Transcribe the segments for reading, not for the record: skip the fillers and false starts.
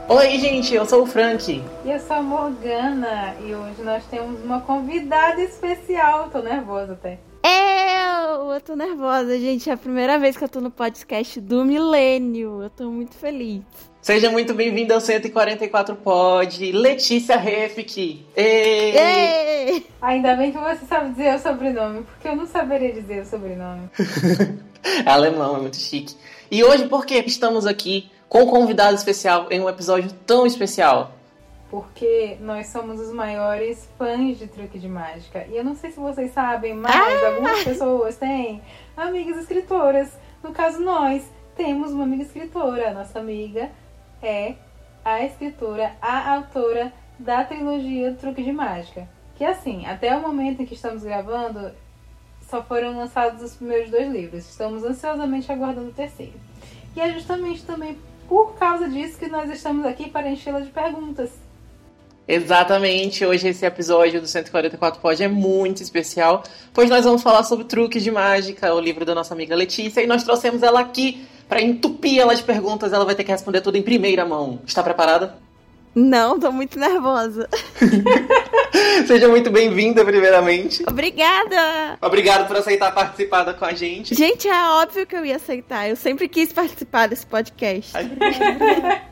Oi, gente, eu sou o Frank. E eu sou a Morgana. E hoje nós temos uma convidada especial. Tô nervosa até. Eu tô nervosa, gente. É a primeira vez que eu tô no podcast do Milênio. Eu tô muito feliz. Seja muito bem-vinda ao 144 Pod, Letícia Refik. Ei! Ainda bem que você sabe dizer o sobrenome, porque eu não saberia dizer o sobrenome. É alemão, é muito chique. E hoje, por que estamos aqui com um convidado especial em um episódio tão especial? Porque nós somos os maiores fãs de truque de mágica. E eu não sei se vocês sabem, mas algumas pessoas têm amigas escritoras. No caso, nós temos uma amiga escritora. A nossa amiga é a escritora, a autora da trilogia Truque de Mágica. Que assim, até o momento em que estamos gravando, só foram lançados os primeiros 2 livros. Estamos ansiosamente aguardando o terceiro. E é justamente também por causa disso que nós estamos aqui para enchê-la de perguntas. Exatamente, hoje esse episódio do 144 Pod é muito especial, pois nós vamos falar sobre Truque de Mágica, o livro da nossa amiga Letícia, e nós trouxemos ela aqui para entupir ela de perguntas. Ela vai ter que responder tudo em primeira mão. Está preparada? Não, tô muito nervosa. Seja muito bem-vinda, primeiramente. Obrigada! Obrigado por aceitar participar com a gente. Gente, é óbvio que eu ia aceitar. Eu sempre quis participar desse podcast. Obrigada.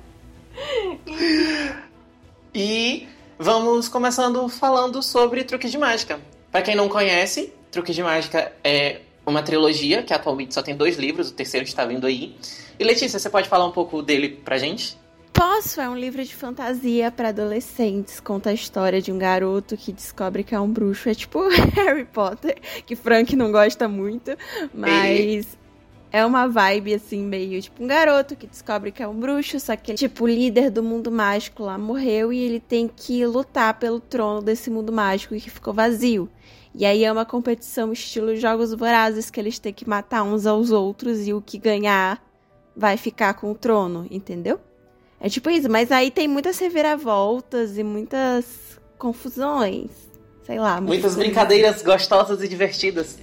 E vamos começando falando sobre Truque de Mágica. Para quem não conhece, Truque de Mágica é uma trilogia que atualmente só tem 2 livros, o terceiro está vindo aí. E Letícia, você pode falar um pouco dele pra gente? Posso, é um livro de fantasia para adolescentes. Conta a história de um garoto que descobre que é um bruxo. É tipo Harry Potter, que Frank não gosta muito, mas é uma vibe assim, meio tipo um garoto que descobre que é um bruxo, só que ele, tipo, o líder do mundo mágico lá morreu e ele tem que lutar pelo trono desse mundo mágico que ficou vazio. E aí é uma competição estilo Jogos Vorazes, que eles têm que matar uns aos outros e o que ganhar vai ficar com o trono, entendeu? É tipo isso, mas aí tem muitas reviravoltas e muitas confusões, sei lá. Muitas brincadeiras gostosas e divertidas.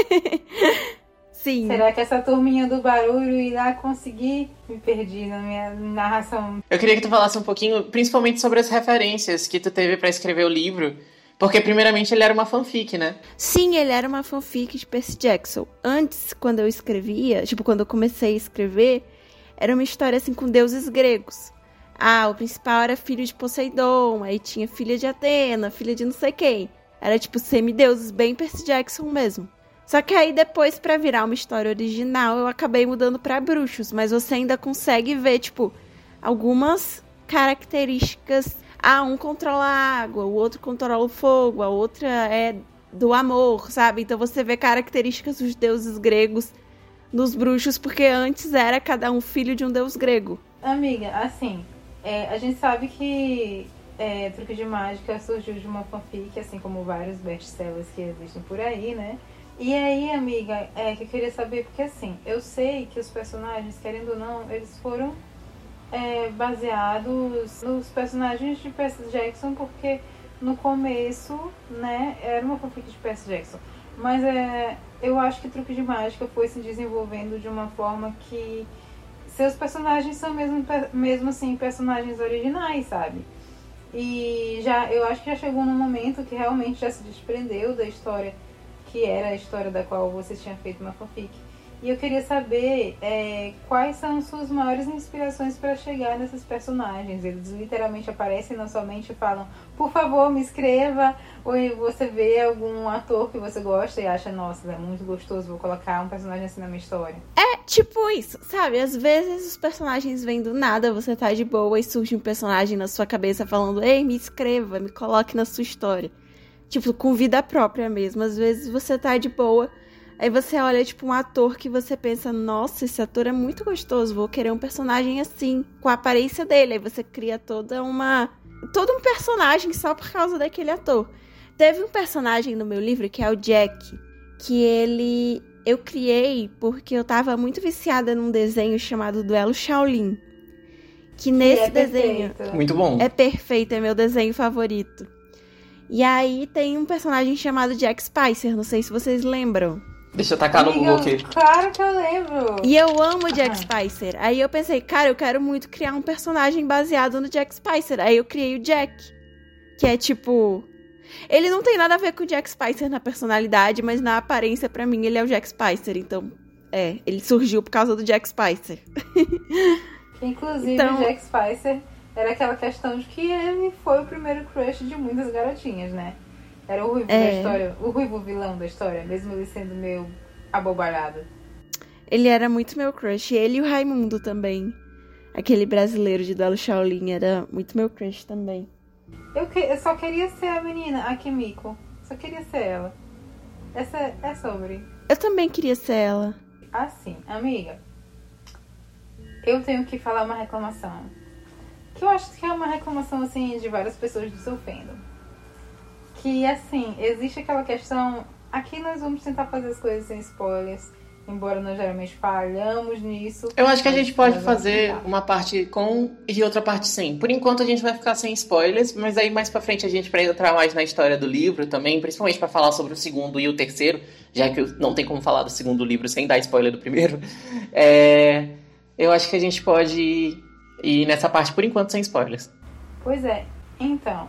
Sim. Será que essa turminha do barulho irá conseguir? Me perdi na minha narração. Eu queria que tu falasse um pouquinho, principalmente sobre as referências que tu teve pra escrever o livro, porque primeiramente ele era uma fanfic, né? Sim, ele era uma fanfic de Percy Jackson. Antes, quando eu escrevia, tipo, quando eu comecei a escrever, era uma história assim com deuses gregos. Ah, o principal era filho de Poseidon, aí tinha filha de Atena, filha de não sei quem. Era tipo semideuses, bem Percy Jackson mesmo. Só que aí depois, pra virar uma história original, eu acabei mudando pra bruxos. Mas você ainda consegue ver, tipo, algumas características. Ah, um controla a água, o outro controla o fogo, a outra é do amor, sabe? Então você vê características dos deuses gregos nos bruxos, porque antes era cada um filho de um deus grego. Amiga, assim, a gente sabe que Truque de Mágica surgiu de uma fanfic, assim como vários best-sellers que existem por aí, né? E aí, amiga, que eu queria saber, porque assim, eu sei que os personagens, querendo ou não, eles foram baseados nos personagens de Percy Jackson, porque no começo, né, era uma fanfic de Percy Jackson. Mas eu acho que Truque de Mágica foi se desenvolvendo de uma forma que seus personagens são mesmo assim personagens originais, sabe? E eu acho que já chegou num momento que realmente já se desprendeu da história que era a história da qual você tinha feito uma fanfic. E eu queria saber quais são suas maiores inspirações para chegar nesses personagens. Eles literalmente aparecem na sua mente e falam, por favor, me escreva. Ou você vê algum ator que você gosta e acha, nossa, é muito gostoso, vou colocar um personagem assim na minha história. É tipo isso, sabe? Às vezes os personagens vêm do nada, você tá de boa e surge um personagem na sua cabeça falando, ei, me escreva, me coloque na sua história. Tipo, com vida própria mesmo. Às vezes você tá de boa, aí você olha, tipo, um ator que você pensa, nossa, esse ator é muito gostoso, vou querer um personagem assim, com a aparência dele. Aí você cria todo um personagem só por causa daquele ator. Teve um personagem no meu livro, que é o Jack, que eu criei porque eu tava muito viciada num desenho chamado Duelo Shaolin. Que nesse desenho... Perfeito. Muito bom. É perfeito, é meu desenho favorito. E aí tem um personagem chamado Jack Spicer, não sei se vocês lembram. Deixa eu tacar no Google aqui. Claro que eu lembro. E eu amo o Jack Spicer. Aí eu pensei, cara, eu quero muito criar um personagem baseado no Jack Spicer. Aí eu criei o Jack. Que é tipo... Ele não tem nada a ver com o Jack Spicer na personalidade, mas na aparência, pra mim, ele é o Jack Spicer. Então, ele surgiu por causa do Jack Spicer. Inclusive, o Jack Spicer era aquela questão de que ele foi o primeiro crush de muitas garotinhas, né? Era o ruivo da história, o ruivo vilão da história, mesmo ele sendo meio abobalhado. Ele era muito meu crush. Ele e o Raimundo também. Aquele brasileiro de Duelo Shaolin era muito meu crush também. Eu só queria ser a menina, a Kimiko. Só queria ser ela. Essa é sobre. Eu também queria ser ela. Assim, amiga. Eu tenho que falar uma reclamação. Que eu acho que é uma reclamação, assim, de várias pessoas do seu fandom. Que, assim, existe aquela questão... Aqui nós vamos tentar fazer as coisas sem spoilers. Embora nós geralmente falhamos nisso. Eu acho que a gente pode fazer uma parte com e outra parte sem. Por enquanto a gente vai ficar sem spoilers, mas aí mais pra frente a gente vai entrar mais na história do livro também, principalmente pra falar sobre o segundo e o terceiro, já que não tem como falar do segundo livro sem dar spoiler do primeiro. Eu acho que a gente pode ir nessa parte por enquanto sem spoilers. Pois é. Então,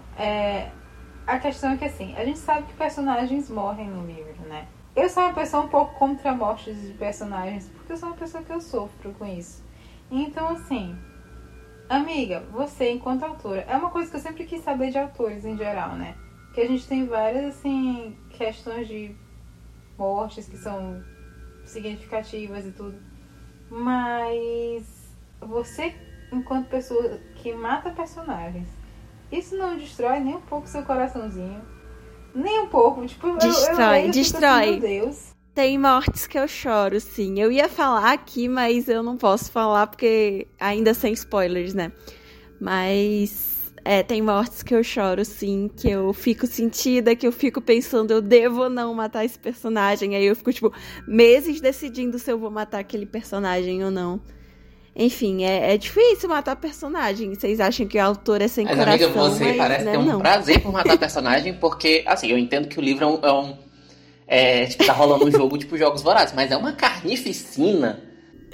a questão é que assim, a gente sabe que personagens morrem no livro, né? Eu sou uma pessoa um pouco contra a morte de personagens, porque eu sou uma pessoa que eu sofro com isso. Então, assim, amiga, você, enquanto autora, é uma coisa que eu sempre quis saber de autores em geral, né? Que a gente tem várias, assim, questões de mortes que são significativas e tudo. Mas você, enquanto pessoa que mata personagens, isso não destrói nem um pouco seu coraçãozinho? Nem um pouco, tipo... Destrói. Assim, meu Deus. Tem mortes que eu choro, sim. Eu ia falar aqui, mas eu não posso falar porque ainda sem spoilers, né? Mas tem mortes que eu choro, sim, que eu fico sentida, que eu fico pensando, eu devo ou não matar esse personagem. Aí eu fico, tipo, meses decidindo se eu vou matar aquele personagem ou não. Enfim, é difícil matar personagem. Vocês acham que o autor é sem coração? Amiga, você parece ter um prazer por matar personagem, porque, assim, eu entendo que o livro tipo, tá rolando um jogo tipo Jogos Vorazes, mas é uma carnificina.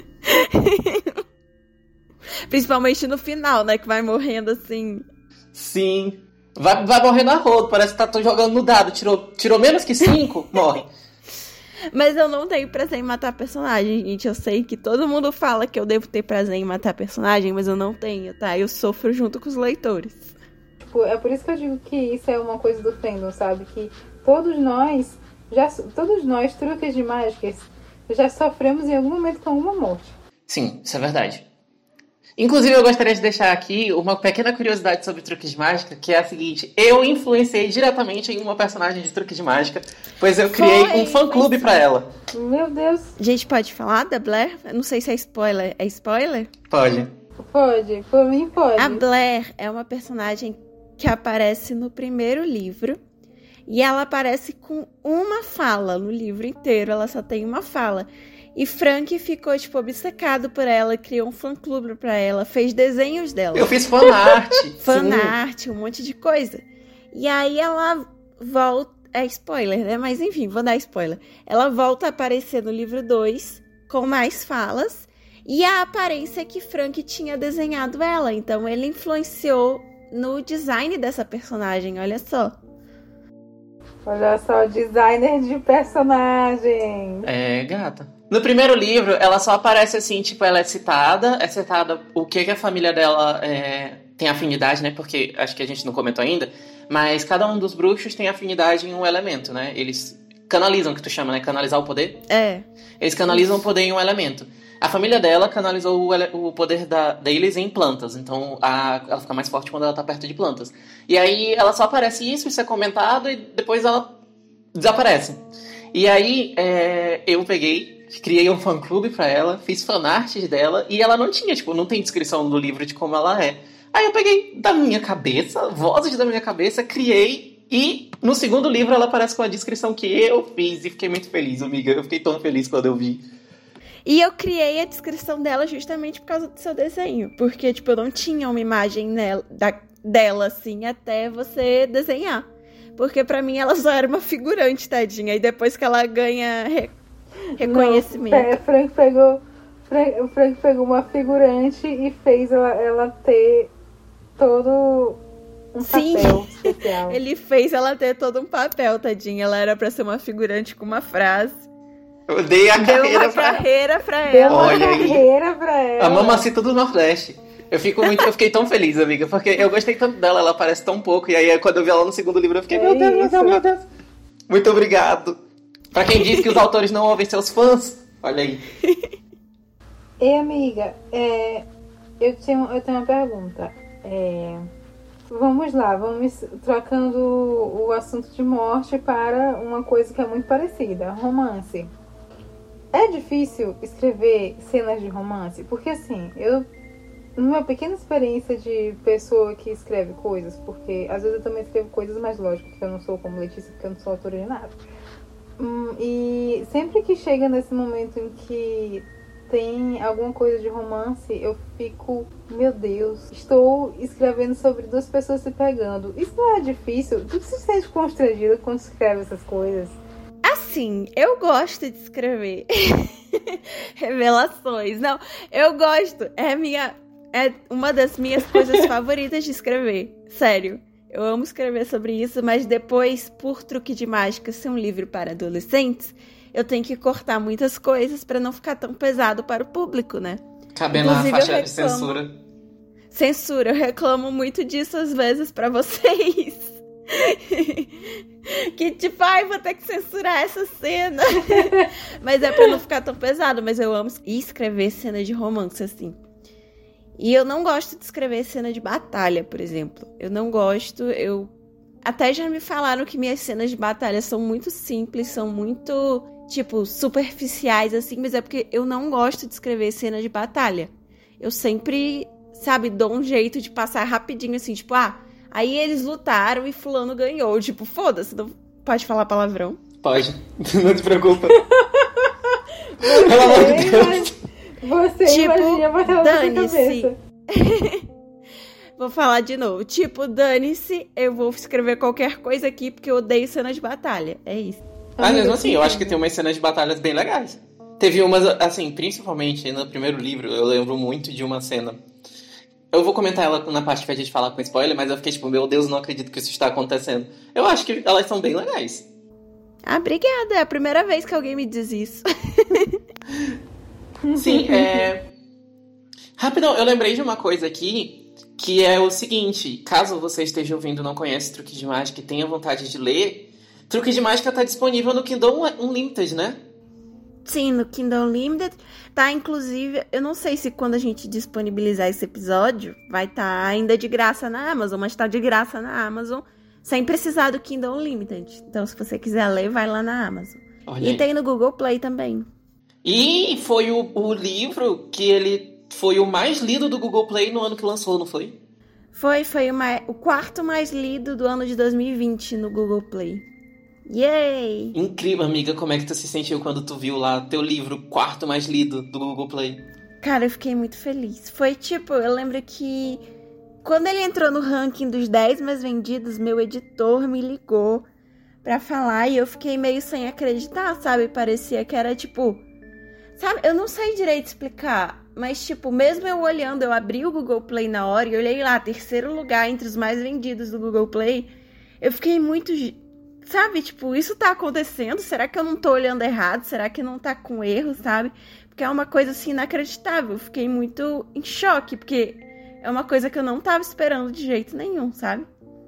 Principalmente no final, né, que vai morrendo assim. Sim, vai morrendo a rodo, parece que tá jogando no dado, tirou menos que 5, morre. Mas eu não tenho prazer em matar personagem, gente. Eu sei que todo mundo fala que eu devo ter prazer em matar personagem, mas eu não tenho, tá? Eu sofro junto com os leitores. É por isso que eu digo que isso é uma coisa do fandom, sabe? Que todos nós, truques de mágicas, já sofremos em algum momento com alguma morte. Sim, isso é verdade. Inclusive, eu gostaria de deixar aqui uma pequena curiosidade sobre truques de mágica, que é a seguinte: eu influenciei diretamente em uma personagem de truque de mágica, pois eu criei um fã-clube pra ela. Meu Deus. A gente pode falar da Blair? Eu não sei se é spoiler. É spoiler? Pode. Pode, por mim pode. A Blair é uma personagem que aparece no primeiro livro, e ela aparece com uma fala no livro inteiro, ela só tem uma fala. E Frank ficou, tipo, obcecado por ela, criou um fã-clube pra ela, fez desenhos dela. Eu fiz fanart. Fanart, um monte de coisa. E aí ela volta... É spoiler, né? Mas enfim, vou dar spoiler. Ela volta a aparecer no livro 2, com mais falas, e a aparência que Frank tinha desenhado ela. Então ele influenciou no design dessa personagem, olha só. Olha só, designer de personagem. Gata. No primeiro livro, ela só aparece assim, tipo, ela é citada o que a família dela tem afinidade, né? Porque acho que a gente não comentou ainda, mas cada um dos bruxos tem afinidade em um elemento, né? Eles canalizam, que tu chama, né? Canalizar o poder? Eles canalizam o poder em um elemento. A família dela canalizou o poder deles em plantas, então ela fica mais forte quando ela tá perto de plantas. E aí ela só aparece isso é comentado e depois ela desaparece. E aí eu criei um fã-clube pra ela, fiz fanarts dela, e ela não tinha, tipo, não tem descrição no livro de como ela é. Aí eu peguei da minha cabeça, vozes da minha cabeça, criei, e no segundo livro ela aparece com a descrição que eu fiz, e fiquei muito feliz, amiga. Eu fiquei tão feliz quando eu vi. E eu criei a descrição dela justamente por causa do seu desenho, porque, tipo, eu não tinha uma imagem dela, assim, até você desenhar. Porque pra mim ela só era uma figurante, tadinha, e depois que ela ganha reconhecimento. Não, o Frank pegou uma figurante e fez ela ter todo um papel especial. Ele fez ela ter todo um papel, tadinha. Ela era pra ser uma figurante com uma frase. Eu dei a carreira pra ela. Deu uma carreira pra ela. A mamacita do Nordeste. Eu fiquei tão feliz, amiga, porque eu gostei tanto dela, ela aparece tão pouco. E aí, quando eu vi ela no segundo livro, eu fiquei, meu Deus. Muito obrigado. Pra quem diz que os autores não ouvem seus fãs, olha aí. Ei, amiga, eu tenho uma pergunta. Vamos lá, vamos trocando o assunto de morte para uma coisa que é muito parecida, romance. É difícil escrever cenas de romance? Porque assim, numa pequena experiência de pessoa que escreve coisas, porque às vezes eu também escrevo coisas, mas lógico que eu não sou como Letícia, porque eu não sou autora de nada. E sempre que chega nesse momento em que tem alguma coisa de romance, eu fico, meu Deus, estou escrevendo sobre duas pessoas se pegando. Isso não é difícil? Tu se sente constrangida quando escreve essas coisas? Assim, eu gosto de escrever revelações. Não, eu gosto. É uma das minhas coisas favoritas de escrever. Sério. Eu amo escrever sobre isso, mas depois, por Truque de Mágica ser um livro para adolescentes, eu tenho que cortar muitas coisas para não ficar tão pesado para o público, né? Cabendo na faixa de censura. Censura, eu reclamo muito disso às vezes para vocês. Que tipo, vou ter que censurar essa cena. Mas é pra não ficar tão pesado. Mas eu amo escrever cena de romance, assim. E eu não gosto de escrever cena de batalha, por exemplo. Eu não gosto, até já me falaram que minhas cenas de batalha são muito simples, são muito, tipo, superficiais, assim. Mas é porque eu não gosto de escrever cena de batalha. Eu sempre, sabe, dou um jeito de passar rapidinho, assim, tipo, aí eles lutaram e fulano ganhou. Tipo, foda-se, não pode falar palavrão? Pode, não te preocupa. Pelo amor de Deus. Você tipo, imagina botar na sua cabeça. Vou falar de novo. Tipo, dane-se, eu vou escrever qualquer coisa aqui porque eu odeio cenas de batalha. É isso. Mas mesmo assim, eu acho que tem umas cenas de batalhas bem legais. Teve umas, assim, principalmente no primeiro livro, eu lembro muito de uma cena. Eu vou comentar ela na parte que a gente fala com spoiler, mas eu fiquei tipo, meu Deus, não acredito que isso está acontecendo. Eu acho que elas são bem legais. Obrigada, é a primeira vez que alguém me diz isso. Sim, Rapidão, eu lembrei de uma coisa aqui, que é o seguinte, caso você esteja ouvindo e não conhece Truque de Mágica e tenha vontade de ler, Truque de Mágica está disponível no Kindle Unlimited, né? Sim, no Kindle Unlimited. Tá, inclusive, eu não sei se quando a gente disponibilizar esse episódio, vai estar ainda de graça na Amazon, mas tá de graça na Amazon, sem precisar do Kindle Unlimited. Então, se você quiser ler, vai lá na Amazon. Olha e tem no Google Play também. E foi o livro que ele foi o mais lido do Google Play no ano que lançou, não foi? Foi o quarto mais lido do ano de 2020 no Google Play. Yay! Incrível, amiga, como é que tu se sentiu quando tu viu lá teu livro quarto mais lido do Google Play? Cara, eu fiquei muito feliz. Foi tipo, eu lembro que quando ele entrou no ranking dos 10 mais vendidos, meu editor me ligou pra falar e eu fiquei meio sem acreditar, sabe? Parecia que era tipo... Sabe, eu não sei direito explicar, mas tipo, mesmo eu olhando, eu abri o Google Play na hora e olhei lá, terceiro lugar entre os mais vendidos do Google Play, eu fiquei muito... Sabe, tipo, isso tá acontecendo? Será que eu não tô olhando errado? Será que não tá com erro, sabe? Porque é uma coisa, assim, inacreditável. Eu fiquei muito em choque, porque é uma coisa que eu não tava esperando de jeito nenhum, sabe?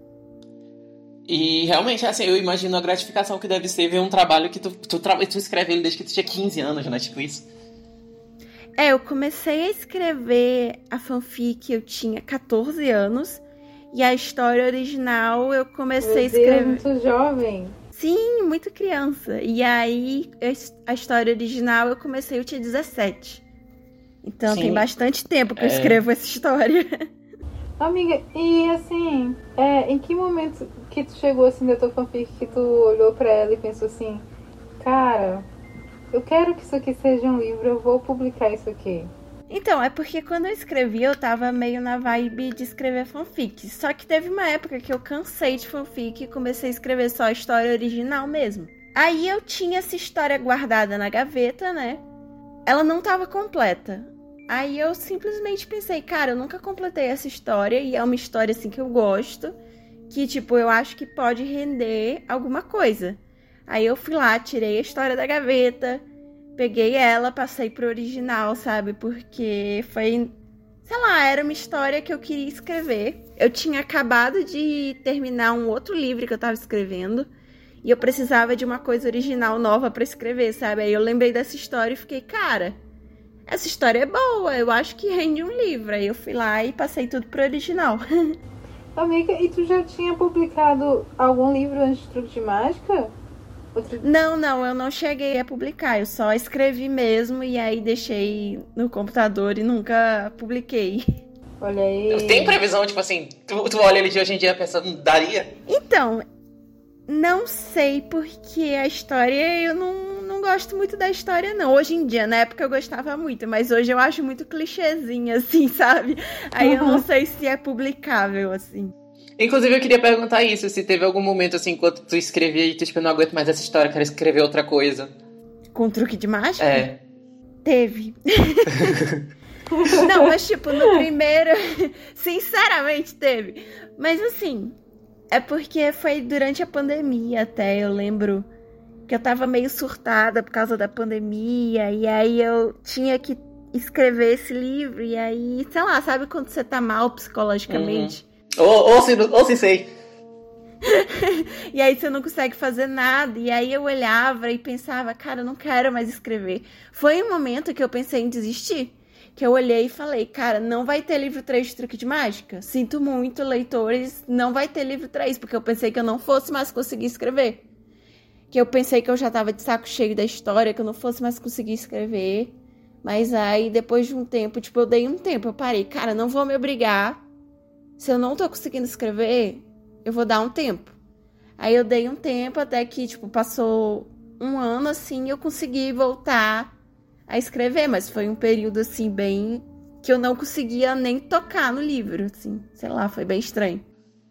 E realmente, assim, eu imagino a gratificação que deve ser ver um trabalho que tu escreve ele desde que tu tinha 15 anos, né? Tipo isso. Eu comecei a escrever a fanfic, eu tinha 14 anos. E a história original eu comecei a escrever... muito jovem. Sim, muito criança. E aí, a história original eu comecei, eu tinha 17. Então, Sim. Tem bastante tempo que eu escrevo essa história. Amiga, e assim, em que momento que tu chegou assim da tua fanfic, que tu olhou pra ela e pensou assim, cara, eu quero que isso aqui seja um livro, eu vou publicar isso aqui? Então, é porque quando eu escrevi, eu tava meio na vibe de escrever fanfic. Só que teve uma época que eu cansei de fanfic e comecei a escrever só a história original mesmo. Aí eu tinha essa história guardada na gaveta, né? Ela não tava completa. Aí eu simplesmente pensei, cara, eu nunca completei essa história e é uma história assim que eu gosto, que tipo, eu acho que pode render alguma coisa. Aí eu fui lá, tirei a história da gaveta, peguei ela, passei pro original, sabe? Porque foi, sei lá, era uma história que eu queria escrever. Eu tinha acabado de terminar um outro livro que eu tava escrevendo e eu precisava de uma coisa original nova pra escrever, sabe? Aí eu lembrei dessa história e fiquei, cara, essa história é boa, eu acho que rende um livro. Aí eu fui lá e passei tudo pro original. Amiga, e tu já tinha publicado algum livro antes de Truque de Mágica? Não, eu não cheguei a publicar, eu só escrevi mesmo e aí deixei no computador e nunca publiquei. Olha aí. Tem previsão, tipo assim, tu olha ele de hoje em dia pensando, daria? Então, não sei porque a história, eu não gosto muito da história não. Hoje em dia, na época eu gostava muito, mas hoje eu acho muito clichêzinha, assim, sabe? Aí eu não sei se é publicável, assim. Inclusive, eu queria perguntar isso, se teve algum momento, assim, enquanto tu escrevia e tu, tipo, eu não aguento mais essa história, quero escrever outra coisa. Com truque de mágica? É. Teve. Não, mas, tipo, no primeiro, sinceramente, teve. Mas, assim, é porque foi durante a pandemia até, eu lembro que eu tava meio surtada por causa da pandemia, e aí eu tinha que escrever esse livro, e aí, sei lá, sabe quando você tá mal psicologicamente? Ou se sei. E aí você não consegue fazer nada. E aí eu olhava e pensava, cara, eu não quero mais escrever. Foi um momento que eu pensei em desistir. Que eu olhei e falei, cara, não vai ter livro 3 de Truque de Mágica. Sinto muito, leitores, não vai ter livro 3. Porque eu pensei que eu não fosse mais conseguir escrever. Que eu pensei que eu já tava de saco cheio da história, que eu não fosse mais conseguir escrever. Mas aí, depois de um tempo, tipo, eu dei um tempo, eu parei. Cara, não vou me obrigar. Se eu não tô conseguindo escrever, eu vou dar um tempo. Aí eu dei um tempo até que, tipo, passou um ano, assim, e eu consegui voltar a escrever. Mas foi um período, assim, bem... que eu não conseguia nem tocar no livro, assim. Sei lá, foi bem estranho.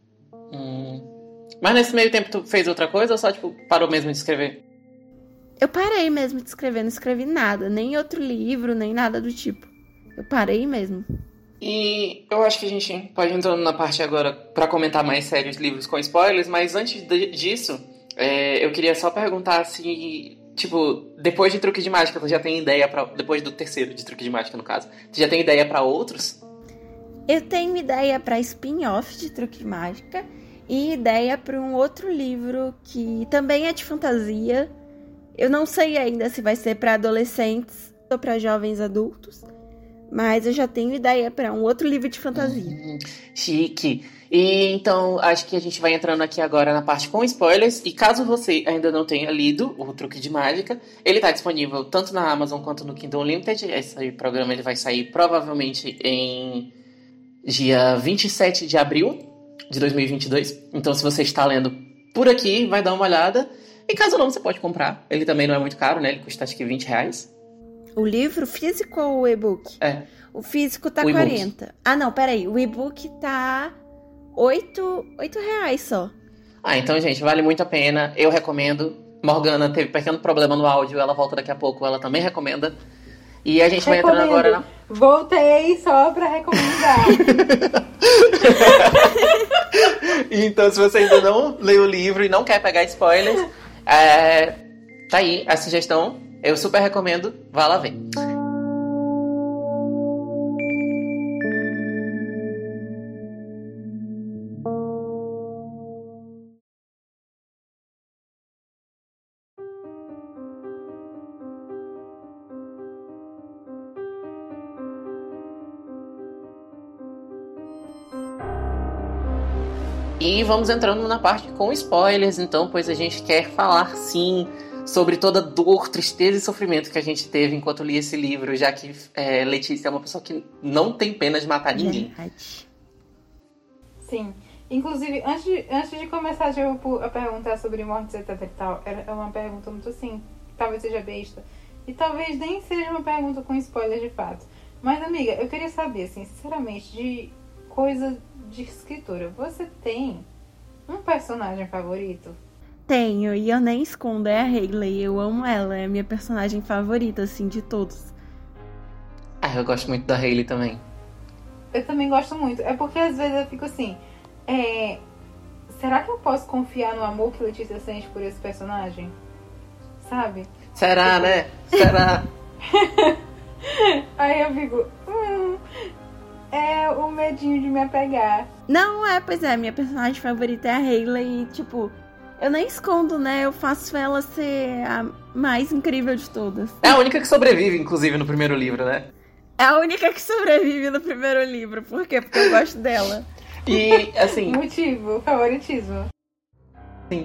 Mas nesse meio tempo tu fez outra coisa ou só, tipo, parou mesmo de escrever? Eu parei mesmo de escrever, não escrevi nada. Nem outro livro, nem nada do tipo. Eu parei mesmo. E eu acho que a gente pode entrar na parte agora pra comentar mais sérios livros com spoilers, mas antes disso, eu queria só perguntar se, tipo, depois de Truque de Mágica, tu já tem ideia pra... Depois do terceiro de Truque de Mágica, no caso, tu já tem ideia pra outros? Eu tenho ideia pra spin-off de Truque de Mágica e ideia pra um outro livro que também é de fantasia. Eu não sei ainda se vai ser pra adolescentes ou pra jovens adultos. Mas eu já tenho ideia para um outro livro de fantasia. Chique. E então, acho que a gente vai entrando aqui agora na parte com spoilers. E caso você ainda não tenha lido o Truque de Mágica, ele está disponível tanto na Amazon quanto no Kindle Unlimited. Esse programa ele vai sair provavelmente em dia 27 de abril de 2022. Então, se você está lendo por aqui, vai dar uma olhada. E caso não, você pode comprar. Ele também não é muito caro, né? Ele custa acho que R$20. O livro físico ou o e-book? É. O físico tá o 40. Ah, não, peraí. O e-book tá R$8 só. Ah, então, gente, vale muito a pena. Eu recomendo. Morgana teve pequeno problema no áudio. Ela volta daqui a pouco. Ela também recomenda. E a gente vai entrando agora na... Voltei só pra recomendar. Então, se você ainda não leu o livro e não quer pegar spoilers, tá aí a sugestão. Eu super recomendo, vá lá ver. E vamos entrando na parte com spoilers, então, pois a gente quer falar, sim, sobre toda a dor, tristeza e sofrimento que a gente teve enquanto lia esse livro, já que Letícia é uma pessoa que não tem pena de matar ninguém. Sim. Inclusive, antes de começar a perguntar sobre mortes, etc e tal, é uma pergunta muito assim, talvez seja besta, e talvez nem seja uma pergunta com spoiler de fato. Mas, amiga, eu queria saber, assim, sinceramente, de coisa de escritura, você tem um personagem favorito? Tenho, e eu nem escondo, é a Hayley. Eu amo ela, é a minha personagem favorita, assim, de todos. Ah, eu gosto muito da Hayley também. Eu também gosto muito. É porque às vezes eu fico assim... será que eu posso confiar no amor que Letícia sente por esse personagem? Sabe? Será, né? Será? Aí eu fico... é o medinho de me apegar. Não, pois é, minha personagem favorita é a Hayley e, tipo... Eu nem escondo, né? Eu faço ela ser a mais incrível de todas. É a única que sobrevive, inclusive, no primeiro livro, né? É a única que sobrevive no primeiro livro. Por quê? Porque eu gosto dela. E, assim... Motivo, favoritismo. Sim.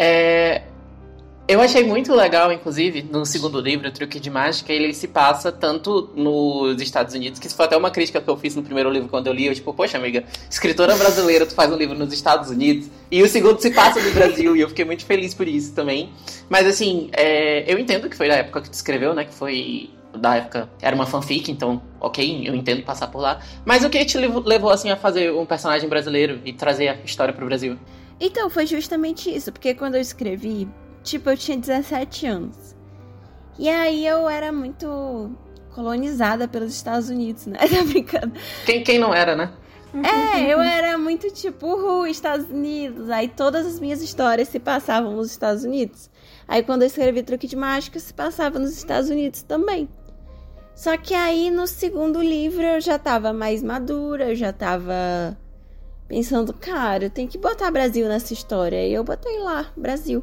Eu achei muito legal, inclusive, no segundo livro, O Truque de Mágica, ele se passa tanto nos Estados Unidos, que isso foi até uma crítica que eu fiz no primeiro livro quando eu li, eu tipo, poxa amiga, escritora brasileira, tu faz um livro nos Estados Unidos, e o segundo se passa no Brasil, e eu fiquei muito feliz por isso também. Mas assim, eu entendo que foi da época que tu escreveu, né, que foi da época, era uma fanfic, então, ok, eu entendo passar por lá. Mas o que te levou, assim, a fazer um personagem brasileiro e trazer a história pro Brasil? Então, foi justamente isso, porque quando eu escrevi, tipo, eu tinha 17 anos. E aí eu era muito colonizada pelos Estados Unidos, né? Tá brincando? Quem não era, né? Eu era muito tipo, Estados Unidos. Aí todas as minhas histórias se passavam nos Estados Unidos. Aí quando eu escrevi Truque de Mágica, se passava nos Estados Unidos também. Só que aí no segundo livro eu já tava mais madura, eu já tava pensando, cara, eu tenho que botar Brasil nessa história. E eu botei lá, Brasil.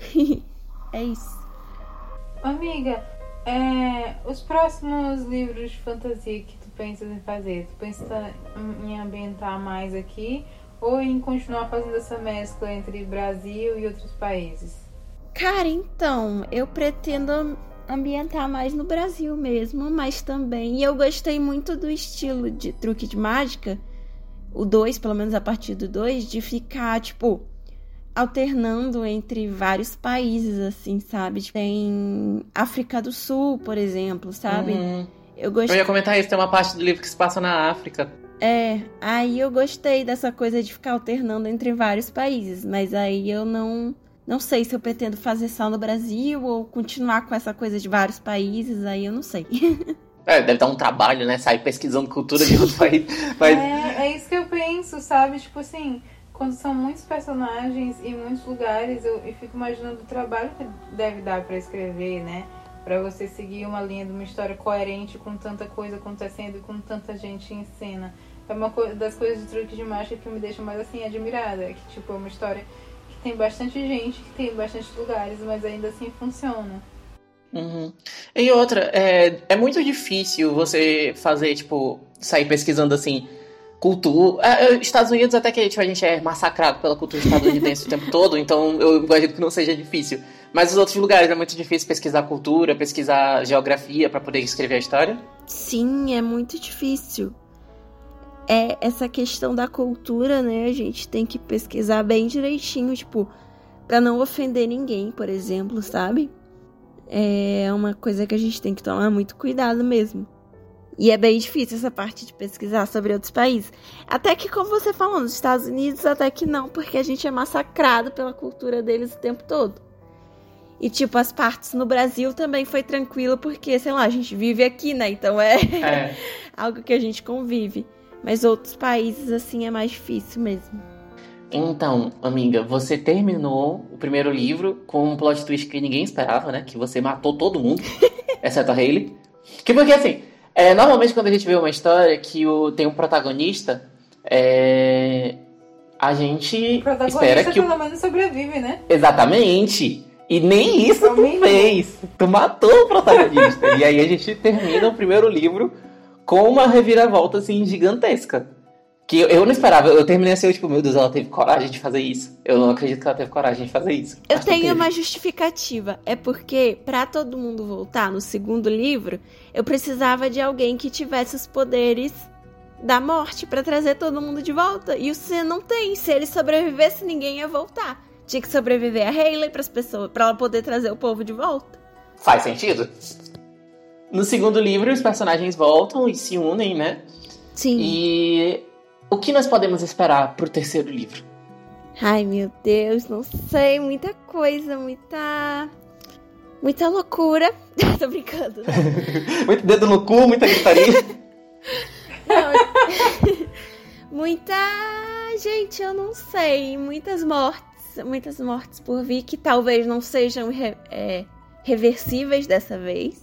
É isso. Amiga, os próximos livros de fantasia que tu pensas em fazer, tu pensa em ambientar mais aqui ou em continuar fazendo essa mescla entre Brasil e outros países? Cara, então, eu pretendo ambientar mais no Brasil mesmo, mas também, e eu gostei muito do estilo de Truque de Mágica, o 2, pelo menos a partir do 2, de ficar, tipo, alternando entre vários países, assim, sabe? Tem África do Sul, por exemplo, sabe? Eu ia comentar isso, tem uma parte do livro que se passa na África. Aí eu gostei dessa coisa de ficar alternando entre vários países, mas aí eu não sei se eu pretendo fazer só no Brasil ou continuar com essa coisa de vários países, aí eu não sei. Deve dar um trabalho, né? Sair pesquisando cultura de outro país. Mas... É isso que eu penso, sabe? Tipo assim... Quando são muitos personagens e muitos lugares, eu fico imaginando o trabalho que deve dar pra escrever, né? Pra você seguir uma linha de uma história coerente com tanta coisa acontecendo e com tanta gente em cena. É uma das coisas de Truque de Mágica que me deixa mais assim admirada. Que tipo, é uma história que tem bastante gente, que tem bastante lugares, mas ainda assim funciona. Uhum. E outra, é muito difícil você fazer, tipo, sair pesquisando assim... cultura... Estados Unidos até que tipo, a gente é massacrado pela cultura estadunidense o tempo todo, então eu imagino que não seja difícil. Mas os outros lugares é muito difícil pesquisar cultura, pesquisar geografia pra poder escrever a história? Sim, é muito difícil. Essa questão da cultura, né? A gente tem que pesquisar bem direitinho, tipo, pra não ofender ninguém, por exemplo, sabe? É uma coisa que a gente tem que tomar muito cuidado mesmo. E é bem difícil essa parte de pesquisar sobre outros países. Até que, como você falou, nos Estados Unidos, até que não, porque a gente é massacrado pela cultura deles o tempo todo. E, tipo, as partes no Brasil também foi tranquilo, porque, sei lá, a gente vive aqui, né? Então é. Algo que a gente convive. Mas outros países, assim, é mais difícil mesmo. Então, amiga, você terminou o primeiro livro com um plot twist que ninguém esperava, né? Que você matou todo mundo, exceto a Hayley. Que porque, assim... normalmente quando a gente vê uma história que tem um protagonista, a gente espera que pelo menos sobrevive, né? Exatamente. E nem isso tu fez. Tu matou o protagonista. E aí a gente termina o primeiro livro com uma reviravolta assim gigantesca. Que eu não esperava. Eu terminei assim, tipo, meu Deus, ela teve coragem de fazer isso. Eu não acredito que ela teve coragem de fazer isso. Eu tenho uma justificativa. É porque, pra todo mundo voltar no segundo livro, eu precisava de alguém que tivesse os poderes da morte pra trazer todo mundo de volta. E o Sam não tem. Se ele sobrevivesse, ninguém ia voltar. Tinha que sobreviver a Hayley pras pessoas, pra ela poder trazer o povo de volta. Faz sentido? No segundo livro, os personagens voltam e se unem, né? Sim. E... o que nós podemos esperar pro terceiro livro? Ai, meu Deus, não sei, muita coisa, muita loucura. Tô brincando, né? Muito dedo no cu, muita gritaria. Não, muita... Gente, eu não sei, muitas mortes por vir que talvez não sejam reversíveis dessa vez.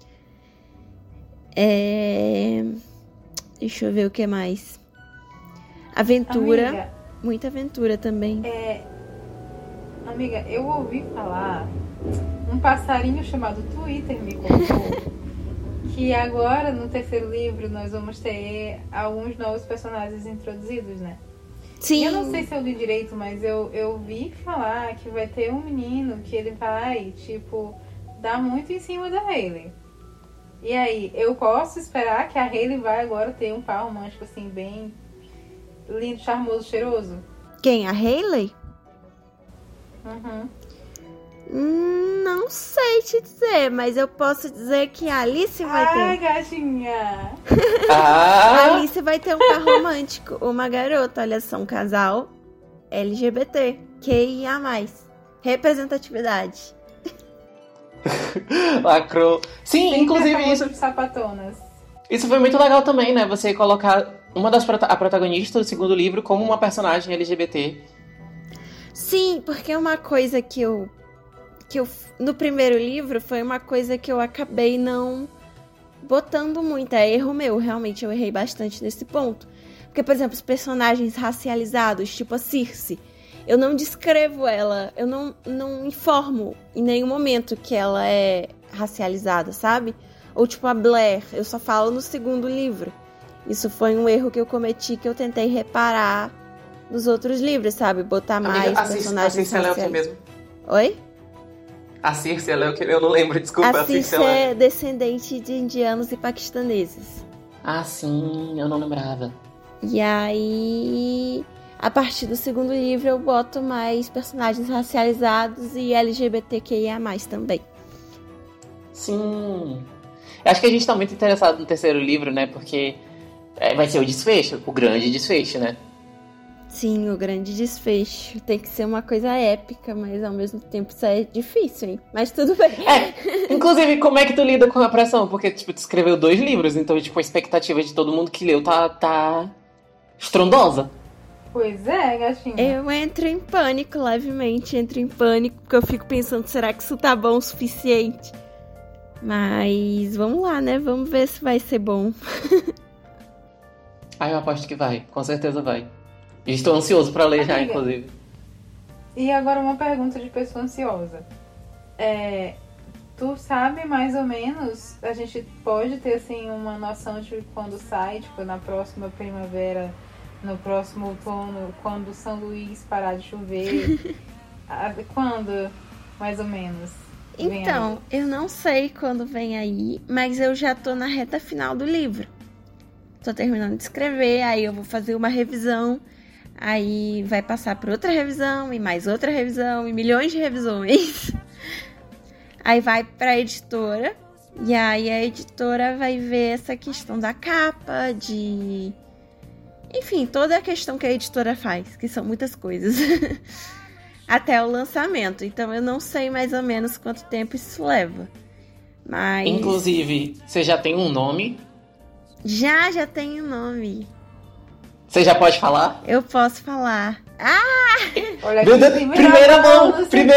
Deixa eu ver o que mais. Aventura. Amiga, muita aventura também. Amiga, eu ouvi falar, um passarinho chamado Twitter me contou que agora no terceiro livro nós vamos ter alguns novos personagens introduzidos, né? Sim. Eu não sei se eu li direito, mas eu vi falar que vai ter um menino que ele vai, tipo, dar muito em cima da Hayley. E aí, eu posso esperar que a Hayley vai agora ter um par romântico, assim, bem lindo, charmoso, cheiroso? Quem? A Hayley? Uhum. Não sei te dizer, mas eu posso dizer que a Alice vai ter. Ai, gatinha! A Alice vai ter um par romântico. Uma garota, olha só, um casal LGBT, QIA+. Representatividade. Lacrou. Sim, Sempre inclusive isso. Sapatonas. Isso foi muito legal também, né? Você colocar a protagonista do segundo livro como uma personagem LGBT. Sim, porque uma coisa que eu no primeiro livro foi uma coisa que eu acabei não botando muito. É erro meu, realmente eu errei bastante nesse ponto. Porque, por exemplo, os personagens racializados, tipo a Circe, eu não descrevo ela, eu não informo em nenhum momento que ela é racializada, sabe? Ou tipo a Blair, eu só falo no segundo livro. Isso foi um erro que eu cometi, que eu tentei reparar nos outros livros, sabe? Botar mais personagens racializados. A Circe é o que mesmo? Oi? A Circe, ela é o que? Eu não lembro, desculpa. A Circe é descendente de indianos e paquistaneses. Ah, sim, eu não lembrava. E aí, a partir do segundo livro, eu boto mais personagens racializados e LGBTQIA+, também. Sim. Eu acho que a gente tá muito interessado no terceiro livro, né? Porque vai ser o desfecho, o grande desfecho, né? Sim, o grande desfecho. Tem que ser uma coisa épica, mas ao mesmo tempo isso é difícil, hein? Mas tudo bem. Inclusive, como é que tu lida com a pressão? Porque, tipo, tu escreveu 2 livros, então, tipo, a expectativa de todo mundo que leu tá estrondosa. Pois é, gatinha. Eu entro em pânico, levemente entro em pânico, porque eu fico pensando, será que isso tá bom o suficiente? Mas vamos lá, né? Vamos ver se vai ser bom. Eu aposto que vai, com certeza vai. E estou ansioso pra ler já, inclusive. E agora uma pergunta de pessoa ansiosa. Tu sabe mais ou menos, a gente pode ter assim uma noção de quando sai, tipo na próxima primavera, no próximo outono, quando São Luís parar de chover? Quando, mais ou menos? Então, eu não sei quando vem aí, mas eu já tô na reta final do livro. Tô terminando de escrever, aí eu vou fazer uma revisão, aí vai passar por outra revisão, e mais outra revisão, e milhões de revisões. Aí vai pra editora, e aí a editora vai ver essa questão da capa, enfim, toda a questão que a editora faz, que são muitas coisas. Até o lançamento. Então eu não sei mais ou menos quanto tempo isso leva. Mas... Inclusive, você já tem um nome? Já tem um nome. Você já pode falar? Eu posso falar. Olha meu Deus, primeira mão!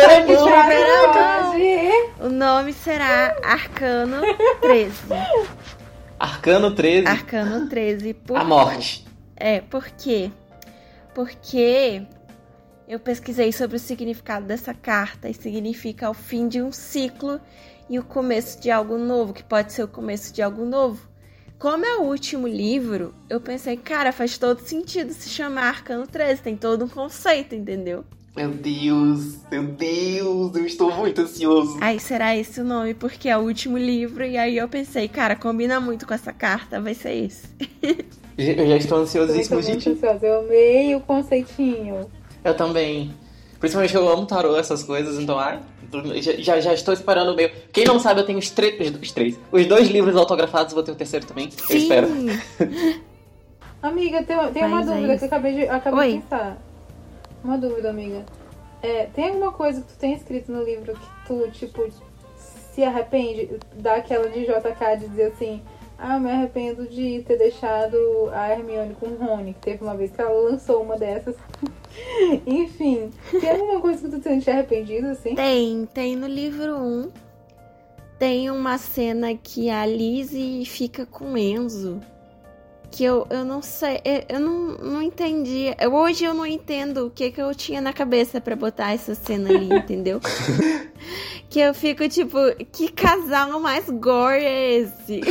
O nome será Arcano 13. Arcano 13? Arcano 13. A morte. Por quê? Porque eu pesquisei sobre o significado dessa carta e significa o fim de um ciclo e o começo de algo novo, que pode ser o começo de algo novo. Como é o último livro, eu pensei, cara, faz todo sentido se chamar Arcano 13, tem todo um conceito, entendeu? Meu Deus, eu estou muito ansioso. Aí será esse o nome, porque é o último livro, e aí eu pensei, cara, combina muito com essa carta, vai ser esse. Eu já estou ansiosíssimo, gente. Eu amei o conceitinho. Eu também. Principalmente eu amo tarô, essas coisas, então já estou esperando o meu. Quem não sabe, eu tenho os 2 livros autografados, vou ter o terceiro também. Sim. Eu espero. Amiga, tem uma dúvida que eu acabei de pensar. Uma dúvida, amiga. Tem alguma coisa que tu tem escrito no livro que tu, tipo, se arrepende? Dá aquela de JK de dizer assim, eu me arrependo de ter deixado a Hermione com o Rony, que teve uma vez que ela lançou uma dessas. Enfim, tem alguma coisa que tu tenha te arrependido, assim? Tem no livro 1. Tem uma cena que a Lizzie fica com o Enzo. Que eu não sei, eu não entendi. Hoje eu não entendo o que eu tinha na cabeça pra botar essa cena ali, entendeu? Que eu fico tipo, que casal mais gore é esse?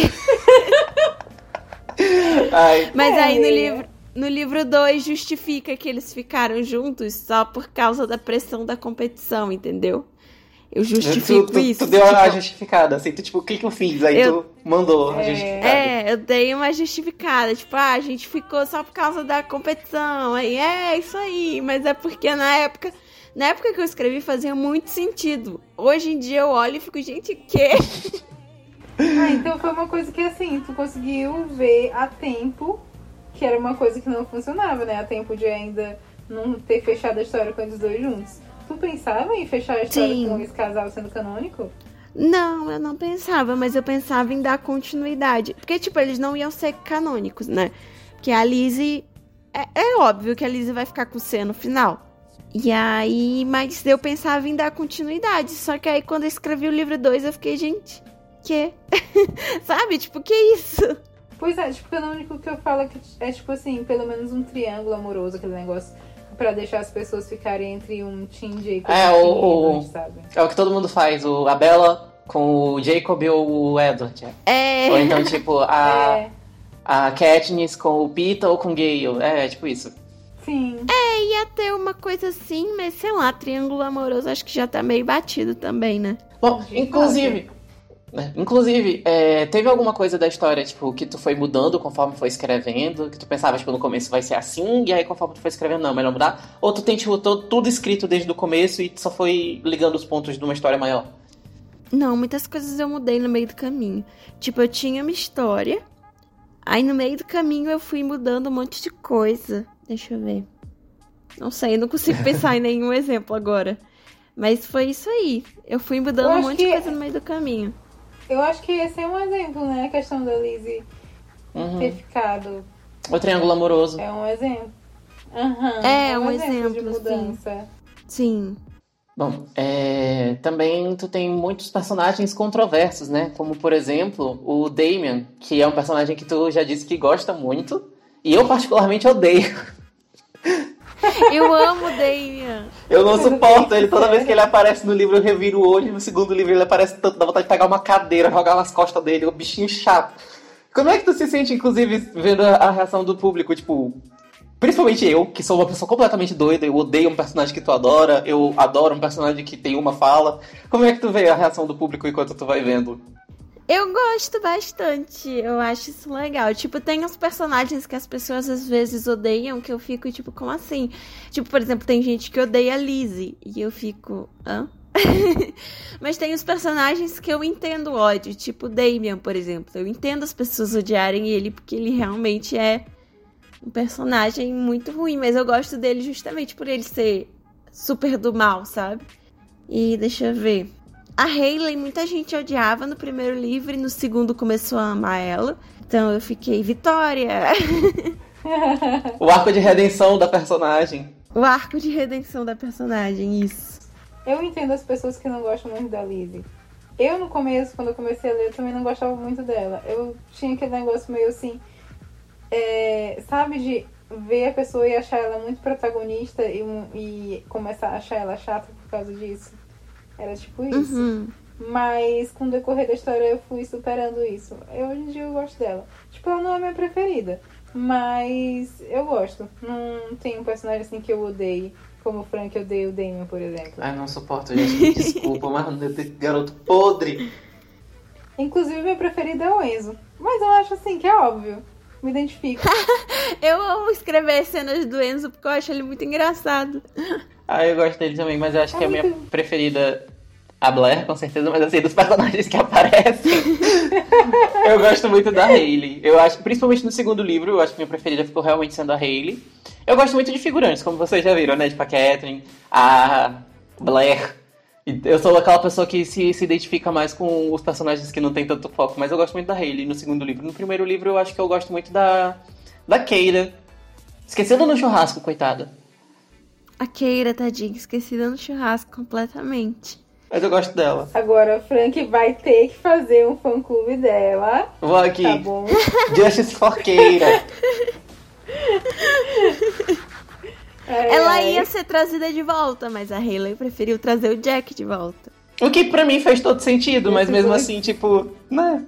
Mas aí no livro 2 justifica que eles ficaram juntos só por causa da pressão da competição, entendeu? Eu justifico isso. Tu deu a justificada, assim, tu tipo, o que eu fiz? Aí tu mandou a justificada. Eu dei uma justificada, tipo, a gente ficou só por causa da competição, aí isso aí, mas é porque na época que eu escrevi fazia muito sentido. Hoje em dia eu olho e fico, gente, que? Então foi uma coisa que, assim, tu conseguiu ver a tempo que era uma coisa que não funcionava, né? A tempo de ainda não ter fechado a história com eles dois juntos. Tu pensava em fechar a história com esse casal sendo canônico? Não, eu não pensava, mas eu pensava em dar continuidade. Porque, tipo, eles não iam ser canônicos, né? Porque a Lizzie... É óbvio que a Lizzie vai ficar com o C no final. E aí... Mas eu pensava em dar continuidade. Só que aí, quando eu escrevi o livro 2, eu fiquei, gente... Que? Sabe? Tipo, que isso? Pois é, tipo, canônico que eu falo é, tipo assim, pelo menos um triângulo amoroso, aquele negócio... Pra deixar as pessoas ficarem entre um Tim Jacob e Edward, sabe? É o que todo mundo faz, a Bella com o Jacob ou o Edward. Ou então, tipo, a Katniss com o Peeta ou com o Gale. Tipo isso. Sim. Ia ter uma coisa assim, mas sei lá, triângulo amoroso acho que já tá meio batido também, né? Bom, inclusive, teve alguma coisa da história, tipo, que tu foi mudando conforme foi escrevendo, que tu pensava, tipo, no começo vai ser assim, e aí conforme tu foi escrevendo, não, melhor mudar? Ou tu tem, tipo, tudo escrito desde o começo e tu só foi ligando os pontos de uma história maior? Não, muitas coisas eu mudei no meio do caminho. Tipo, eu tinha uma história, aí no meio do caminho eu fui mudando um monte de coisa. Deixa eu ver. Não sei, eu não consigo pensar em nenhum exemplo agora. Mas foi isso aí. Eu fui mudando um monte de coisa no meio do caminho. Eu acho que esse é um exemplo, né? A questão da Lizzie ter ficado... O triângulo amoroso. É um exemplo. É um exemplo de mudança. Sim. Bom, também tu tem muitos personagens controversos, né? Como, por exemplo, o Damian, que é um personagem que tu já disse que gosta muito. E eu particularmente odeio. Eu amo o Damian. Eu não suporto ele. Toda vez que ele aparece no livro, eu reviro o olho. No segundo livro, ele aparece tanto. Dá vontade de pegar uma cadeira, jogar nas costas dele. O bichinho chato. Como é que tu se sente, inclusive, vendo a reação do público? Tipo, principalmente eu, que sou uma pessoa completamente doida. Eu odeio um personagem que tu adora. Eu adoro um personagem que tem uma fala. Como é que tu vê a reação do público enquanto tu vai vendo? Eu gosto bastante, eu acho isso legal. Tipo, tem uns personagens que as pessoas às vezes odeiam, que eu fico, tipo, como assim? Tipo, por exemplo, tem gente que odeia a Lizzie, e eu fico, hã? Mas tem os personagens que eu entendo ódio, tipo o Damian, por exemplo. Eu entendo as pessoas odiarem ele, porque ele realmente é um personagem muito ruim, mas eu gosto dele justamente por ele ser super do mal, sabe? E deixa eu ver... A Hayley, muita gente odiava no primeiro livro e no segundo começou a amar ela. Então eu fiquei, Vitória! O arco de redenção da personagem. O arco de redenção da personagem, isso. Eu entendo as pessoas que não gostam muito da Lizzie. Eu, no começo, quando eu comecei a ler, eu também não gostava muito dela. Eu tinha aquele negócio meio assim... sabe, de ver a pessoa e achar ela muito protagonista e começar a achar ela chata por causa disso. Era tipo isso. Uhum. Mas com o decorrer da história eu fui superando isso. Hoje em dia eu gosto dela. Tipo, ela não é minha preferida, mas eu gosto. Não tem um personagem assim que eu odeie, como o Frank odeia o Damian, por exemplo. Ai, não suporto, gente. Desculpa, mas garoto podre. Inclusive, minha preferida é o Enzo. Mas eu acho assim que é óbvio. Me identifico. Eu amo escrever cenas do Enzo porque eu acho ele muito engraçado. Eu gosto dele também, mas eu acho que a minha preferida A Blair, com certeza, mas assim, dos personagens que aparecem, eu gosto muito da Hayley. Eu acho, principalmente no segundo livro, eu acho que minha preferida ficou realmente sendo a Hayley. Eu gosto muito de figurantes, como vocês já viram, né? Tipo a Catherine, a Blair. Eu sou aquela pessoa que se identifica mais com os personagens que não tem tanto foco, mas eu gosto muito da Hayley no segundo livro. No primeiro livro, eu acho que eu gosto muito da Keira. Esquecida no churrasco, coitada. A Keira, tadinha, esquecida no churrasco completamente. Mas eu gosto dela. Agora o Frank vai ter que fazer um fã-clube dela. Vou aqui. Tá bom. Justice for Keira. Ela ia ser trazida de volta, mas a Hayley preferiu trazer o Jack de volta. O que pra mim fez todo sentido, mas mesmo assim, tipo, né?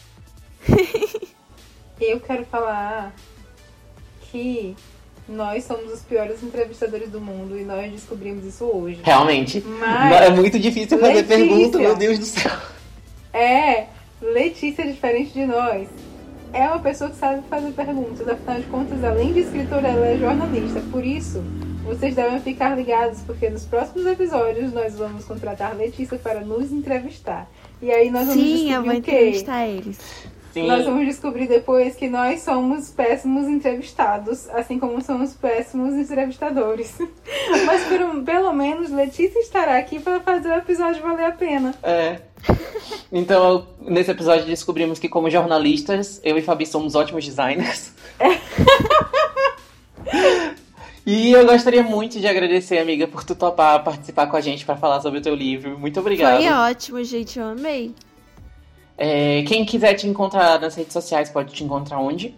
Eu quero falar que nós somos os piores entrevistadores do mundo e nós descobrimos isso hoje. Realmente. Mas é muito difícil fazer pergunta, meu Deus do céu. Letícia, diferente de nós, é uma pessoa que sabe fazer perguntas. Afinal de contas, além de escritora, ela é jornalista. Por isso, vocês devem ficar ligados, porque nos próximos episódios nós vamos contratar Letícia para nos entrevistar. E aí nós vamos descobrir eu vou o quê? entrevistar eles. Sim. Nós vamos descobrir depois que nós somos péssimos entrevistados, assim como somos péssimos entrevistadores. Mas pelo menos Letícia estará aqui para fazer o episódio valer a pena. Então, nesse episódio descobrimos que, como jornalistas, eu e Fabi somos ótimos designers. E eu gostaria muito de agradecer, amiga, por tu topar participar com a gente para falar sobre o teu livro. Muito obrigado. Foi ótimo, gente, eu amei. Quem quiser te encontrar nas redes sociais, pode te encontrar onde?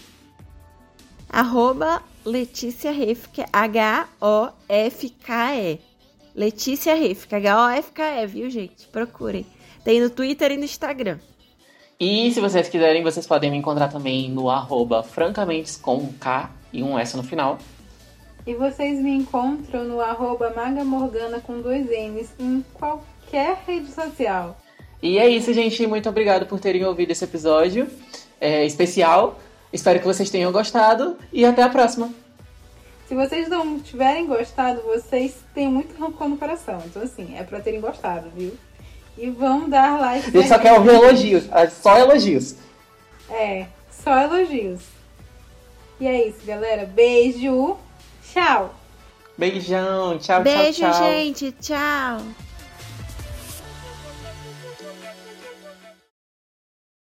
@Letícia Refke, H-O-F-K-E. Letícia Refke, H-O-F-K-E, viu, gente? Procurem. Tem no Twitter e no Instagram. E se vocês quiserem, vocês podem me encontrar também no @francamentes com um K e um S no final. E vocês me encontram no @magamorgana com 2 N's em qualquer rede social. E é isso, gente. Muito obrigado por terem ouvido esse episódio especial. Espero que vocês tenham gostado e até a próxima. Se vocês não tiverem gostado, vocês têm muito rancor no coração. Então, assim, é pra terem gostado, viu? E vão dar like. A gente só quer ouvir elogios. Só elogios. Só elogios. E é isso, galera. Beijo. Tchau. Beijão. Tchau, Beijo, tchau, tchau. gente. Tchau.